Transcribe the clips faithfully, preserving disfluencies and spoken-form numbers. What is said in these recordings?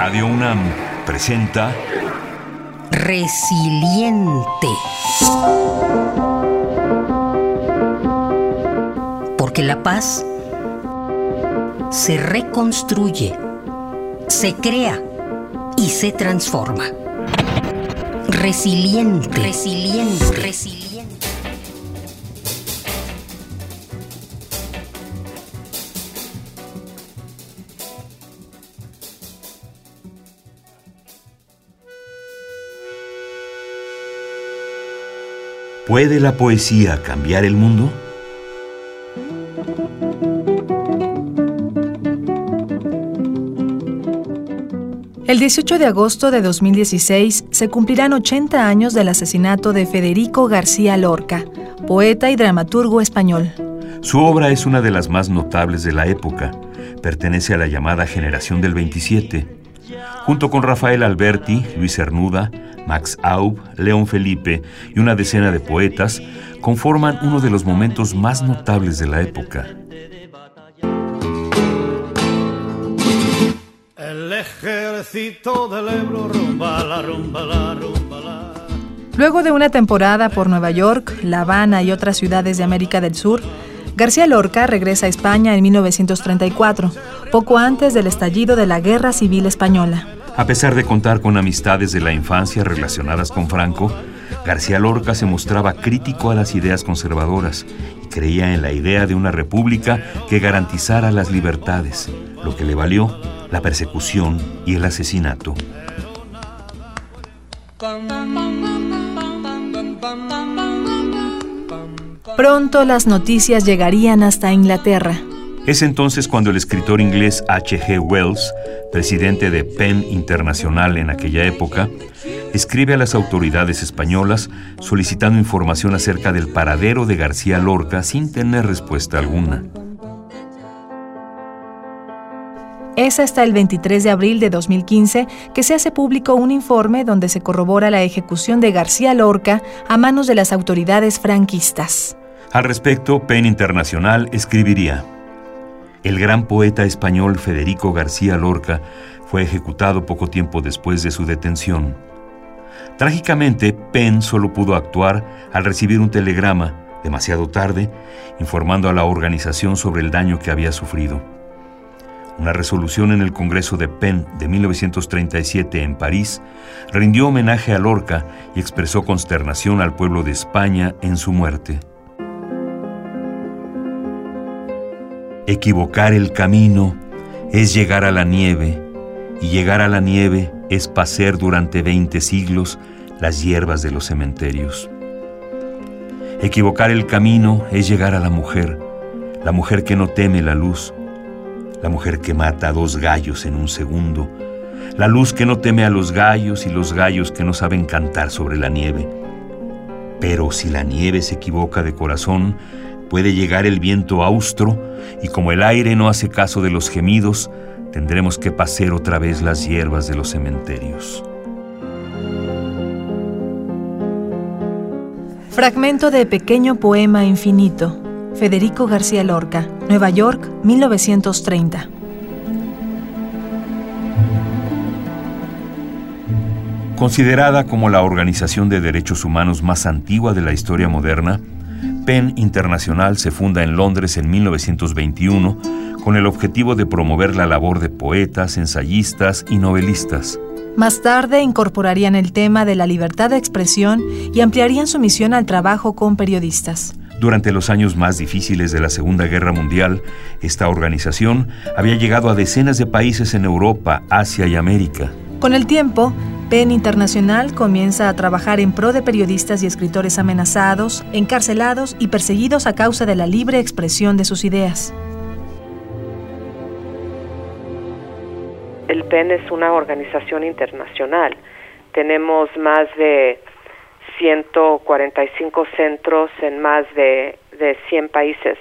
Radio UNAM presenta Resiliente. Porque la paz se reconstruye, se crea y se transforma. Resiliente, resiliente, resiliente. ¿Puede la poesía cambiar el mundo? El dieciocho de agosto de dos mil dieciséis se cumplirán ochenta años del asesinato de Federico García Lorca, poeta y dramaturgo español. Su obra es una de las más notables de la época. Pertenece a la llamada Generación del veintisiete. Junto con Rafael Alberti, Luis Cernuda, Max Aub, León Felipe y una decena de poetas, conforman uno de los momentos más notables de la época. El ejército del Ebro rumba la rumba la rumba la. Luego de una temporada por Nueva York, La Habana y otras ciudades de América del Sur, García Lorca regresa a España en mil novecientos treinta y cuatro, poco antes del estallido de la Guerra Civil Española. A pesar de contar con amistades de la infancia relacionadas con Franco, García Lorca se mostraba crítico a las ideas conservadoras y creía en la idea de una república que garantizara las libertades, lo que le valió la persecución y el asesinato. Pronto las noticias llegarían hasta Inglaterra. Es entonces cuando el escritor inglés H G Wells, presidente de PEN Internacional en aquella época, escribe a las autoridades españolas solicitando información acerca del paradero de García Lorca sin tener respuesta alguna. Es hasta el veintitrés de abril de dos mil quince que se hace público un informe donde se corrobora la ejecución de García Lorca a manos de las autoridades franquistas. Al respecto, PEN Internacional escribiría: el gran poeta español Federico García Lorca fue ejecutado poco tiempo después de su detención. Trágicamente, PEN solo pudo actuar al recibir un telegrama, demasiado tarde, informando a la organización sobre el daño que había sufrido. Una resolución en el Congreso de PEN de mil novecientos treinta y siete en París rindió homenaje a Lorca y expresó consternación al pueblo de España en su muerte. Equivocar el camino es llegar a la nieve, y llegar a la nieve es pacer durante veinte siglos las hierbas de los cementerios. Equivocar el camino es llegar a la mujer, la mujer que no teme la luz, la mujer que mata a dos gallos en un segundo, la luz que no teme a los gallos y los gallos que no saben cantar sobre la nieve. Pero si la nieve se equivoca de corazón, puede llegar el viento austro y como el aire no hace caso de los gemidos, tendremos que pasear otra vez las hierbas de los cementerios. Fragmento de Pequeño Poema Infinito. Federico García Lorca, Nueva York, mil novecientos treinta. Considerada como la organización de derechos humanos más antigua de la historia moderna, PEN Internacional se funda en Londres en mil novecientos veintiuno con el objetivo de promover la labor de poetas, ensayistas y novelistas. Más tarde incorporarían el tema de la libertad de expresión y ampliarían su misión al trabajo con periodistas. Durante los años más difíciles de la Segunda Guerra Mundial, esta organización había llegado a decenas de países en Europa, Asia y América. Con el tiempo, PEN Internacional comienza a trabajar en pro de periodistas y escritores amenazados, encarcelados y perseguidos a causa de la libre expresión de sus ideas. El PEN es una organización internacional. Tenemos más de ciento cuarenta y cinco centros en más de, de cien países.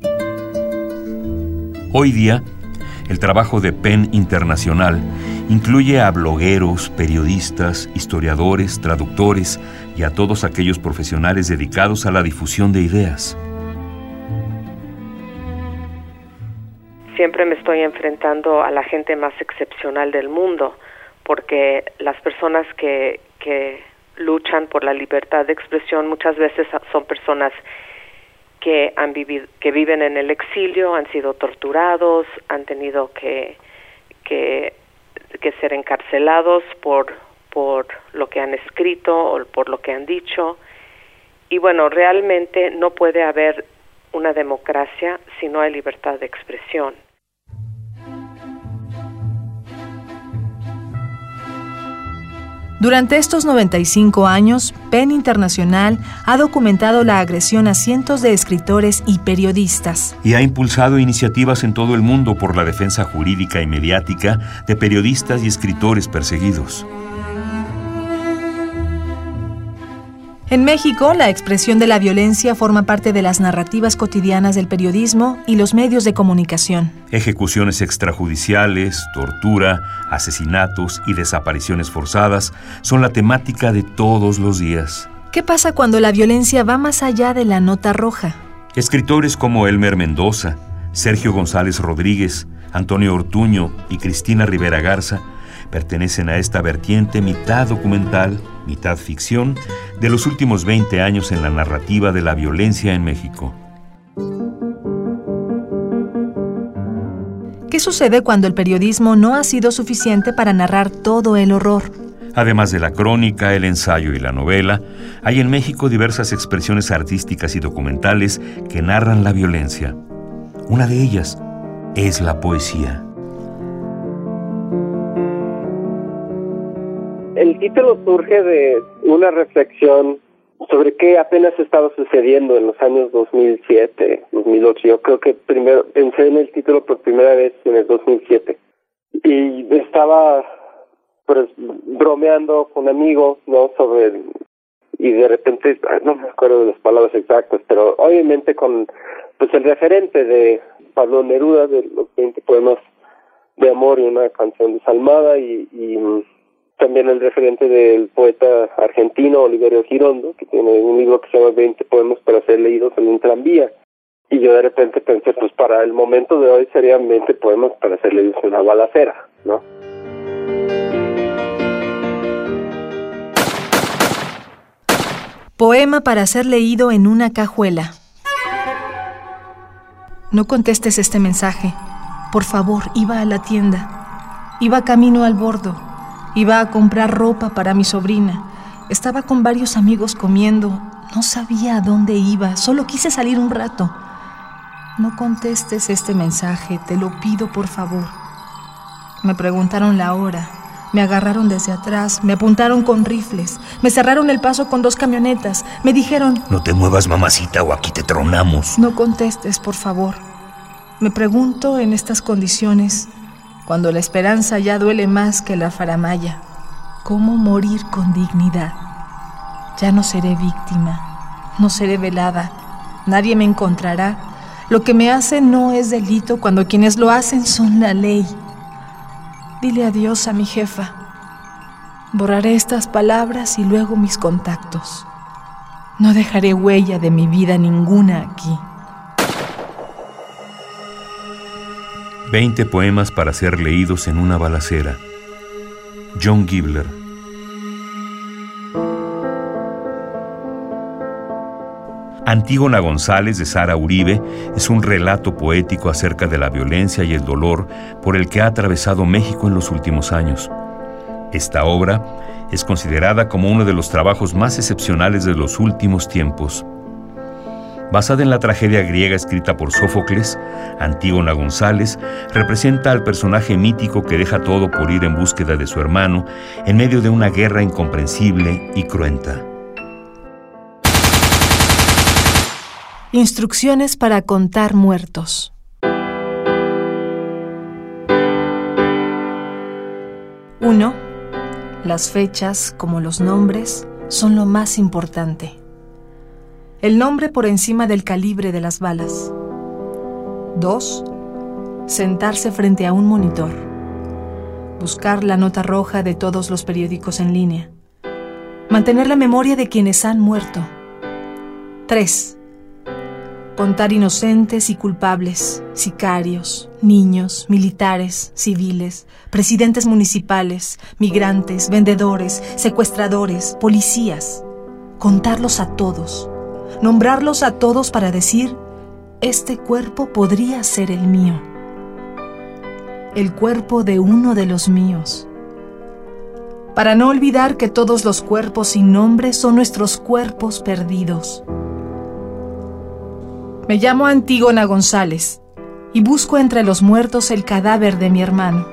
Hoy día, el trabajo de PEN Internacional incluye a blogueros, periodistas, historiadores, traductores y a todos aquellos profesionales dedicados a la difusión de ideas. Siempre me estoy enfrentando a la gente más excepcional del mundo, porque las personas que, que luchan por la libertad de expresión muchas veces son personas que han vivido, que viven en el exilio, han sido torturados, han tenido que que, que ser encarcelados por por lo que han escrito o por lo que han dicho. Y bueno, realmente no puede haber una democracia si no hay libertad de expresión. Durante estos noventa y cinco años, PEN Internacional ha documentado la agresión a cientos de escritores y periodistas. Y ha impulsado iniciativas en todo el mundo por la defensa jurídica y mediática de periodistas y escritores perseguidos. En México, la expresión de la violencia forma parte de las narrativas cotidianas del periodismo y los medios de comunicación. Ejecuciones extrajudiciales, tortura, asesinatos y desapariciones forzadas son la temática de todos los días. ¿Qué pasa cuando la violencia va más allá de la nota roja? Escritores como Elmer Mendoza, Sergio González Rodríguez, Antonio Ortuño y Cristina Rivera Garza pertenecen a esta vertiente mitad documental, mitad ficción, de los últimos veinte años en la narrativa de la violencia en México. ¿Qué sucede cuando el periodismo no ha sido suficiente para narrar todo el horror? Además de la crónica, el ensayo y la novela, hay en México diversas expresiones artísticas y documentales que narran la violencia. Una de ellas es la poesía. El título surge de una reflexión sobre qué apenas estaba sucediendo en los años dos mil siete, dos mil ocho. Yo creo que primero pensé en el título por primera vez en el dos mil siete. Y estaba pues bromeando con amigos, ¿no? Sobre y de repente, no me acuerdo de las palabras exactas, pero obviamente con pues el referente de Pablo Neruda de los veinte poemas de amor y una canción desalmada y, y también el referente del poeta argentino Oliverio Girondo, que tiene un libro que se llama veinte poemas para ser leídos en un tranvía. Y yo de repente pensé, pues para el momento de hoy serían veinte poemas para ser leídos en una balacera, ¿no? Poema para ser leído en una cajuela. No contestes este mensaje. Por favor, iba a la tienda. Iba camino al bordo. Iba a comprar ropa para mi sobrina. Estaba con varios amigos comiendo. No sabía a dónde iba. Solo quise salir un rato. No contestes este mensaje. Te lo pido, por favor. Me preguntaron la hora. Me agarraron desde atrás. Me apuntaron con rifles. Me cerraron el paso con dos camionetas. Me dijeron: no te muevas, mamacita, o aquí te tronamos. No contestes, por favor. Me pregunto en estas condiciones, cuando la esperanza ya duele más que la faramalla, ¿cómo morir con dignidad? Ya no seré víctima, no seré velada, nadie me encontrará. Lo que me hacen no es delito cuando quienes lo hacen son la ley. Dile adiós a mi jefa. Borraré estas palabras y luego mis contactos. No dejaré huella de mi vida ninguna aquí. Veinte poemas para ser leídos en una balacera. John Gibler. Antígona González de Sara Uribe es un relato poético acerca de la violencia y el dolor por el que ha atravesado México en los últimos años. Esta obra es considerada como uno de los trabajos más excepcionales de los últimos tiempos. Basada en la tragedia griega escrita por Sófocles, Antígona González representa al personaje mítico que deja todo por ir en búsqueda de su hermano en medio de una guerra incomprensible y cruenta. Instrucciones para contar muertos. uno. Las fechas, como los nombres, son lo más importante. El nombre por encima del calibre de las balas. dos. Sentarse frente a un monitor. Buscar la nota roja de todos los periódicos en línea. Mantener la memoria de quienes han muerto. tres. Contar inocentes y culpables, sicarios, niños, militares, civiles, presidentes municipales, migrantes, vendedores, secuestradores, policías. Contarlos a todos, nombrarlos a todos para decir, este cuerpo podría ser el mío. El cuerpo de uno de los míos. Para no olvidar que todos los cuerpos sin nombre son nuestros cuerpos perdidos. Me llamo Antígona González y busco entre los muertos el cadáver de mi hermano.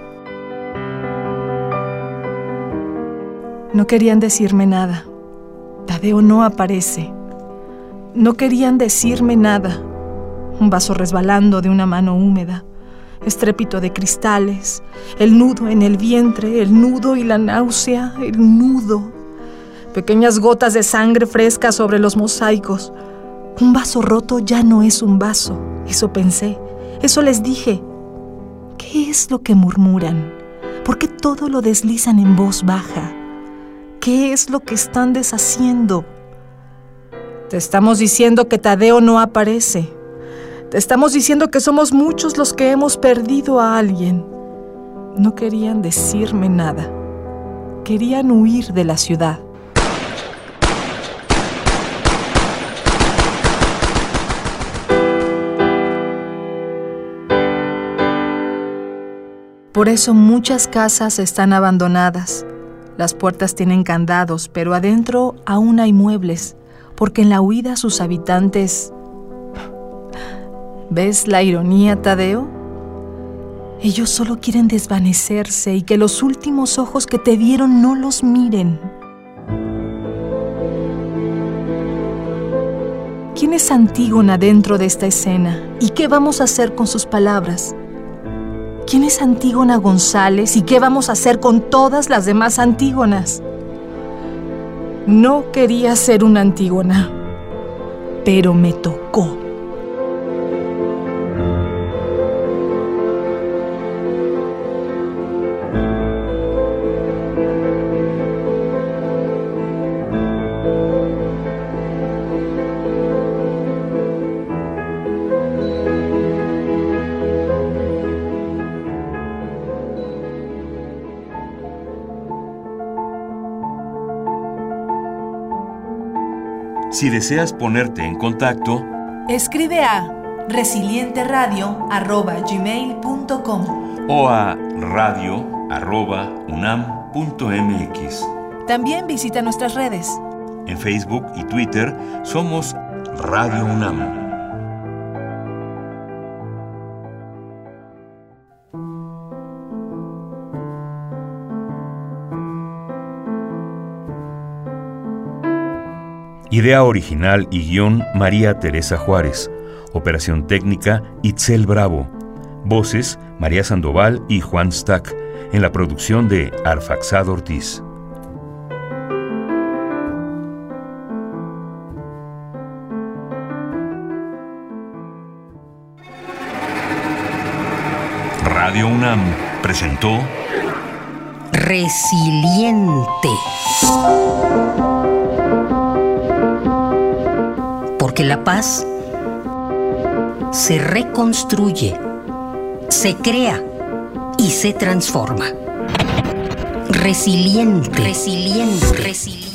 No querían decirme nada. Tadeo no aparece. No querían decirme nada. Un vaso resbalando de una mano húmeda, estrépito de cristales, el nudo en el vientre, el nudo y la náusea, el nudo. Pequeñas gotas de sangre fresca sobre los mosaicos. Un vaso roto ya no es un vaso, eso pensé, eso les dije. ¿Qué es lo que murmuran? ¿Por qué todo lo deslizan en voz baja? ¿Qué es lo que están deshaciendo? Te estamos diciendo que Tadeo no aparece. Te estamos diciendo que somos muchos los que hemos perdido a alguien. No querían decirme nada. Querían huir de la ciudad. Por eso muchas casas están abandonadas. Las puertas tienen candados, pero adentro aún hay muebles, porque en la huida sus habitantes... ¿Ves la ironía, Tadeo? Ellos solo quieren desvanecerse y que los últimos ojos que te vieron no los miren. ¿Quién es Antígona dentro de esta escena? ¿Y qué vamos a hacer con sus palabras? ¿Quién es Antígona González y qué vamos a hacer con todas las demás Antígonas? No quería ser una Antígona, pero me tocó. Si deseas ponerte en contacto, escribe a resilienteradio arroba gmail punto com o a radio arroba unam punto mx. También visita nuestras redes. En Facebook y Twitter somos Radio UNAM. Idea original y guión María Teresa Juárez. Operación técnica Itzel Bravo. Voces María Sandoval y Juan Stack. En la producción de Arfaxado Ortiz. Radio UNAM presentó Resiliente. Porque la paz se reconstruye, se crea y se transforma. Resiliente. Resiliente. Resiliente.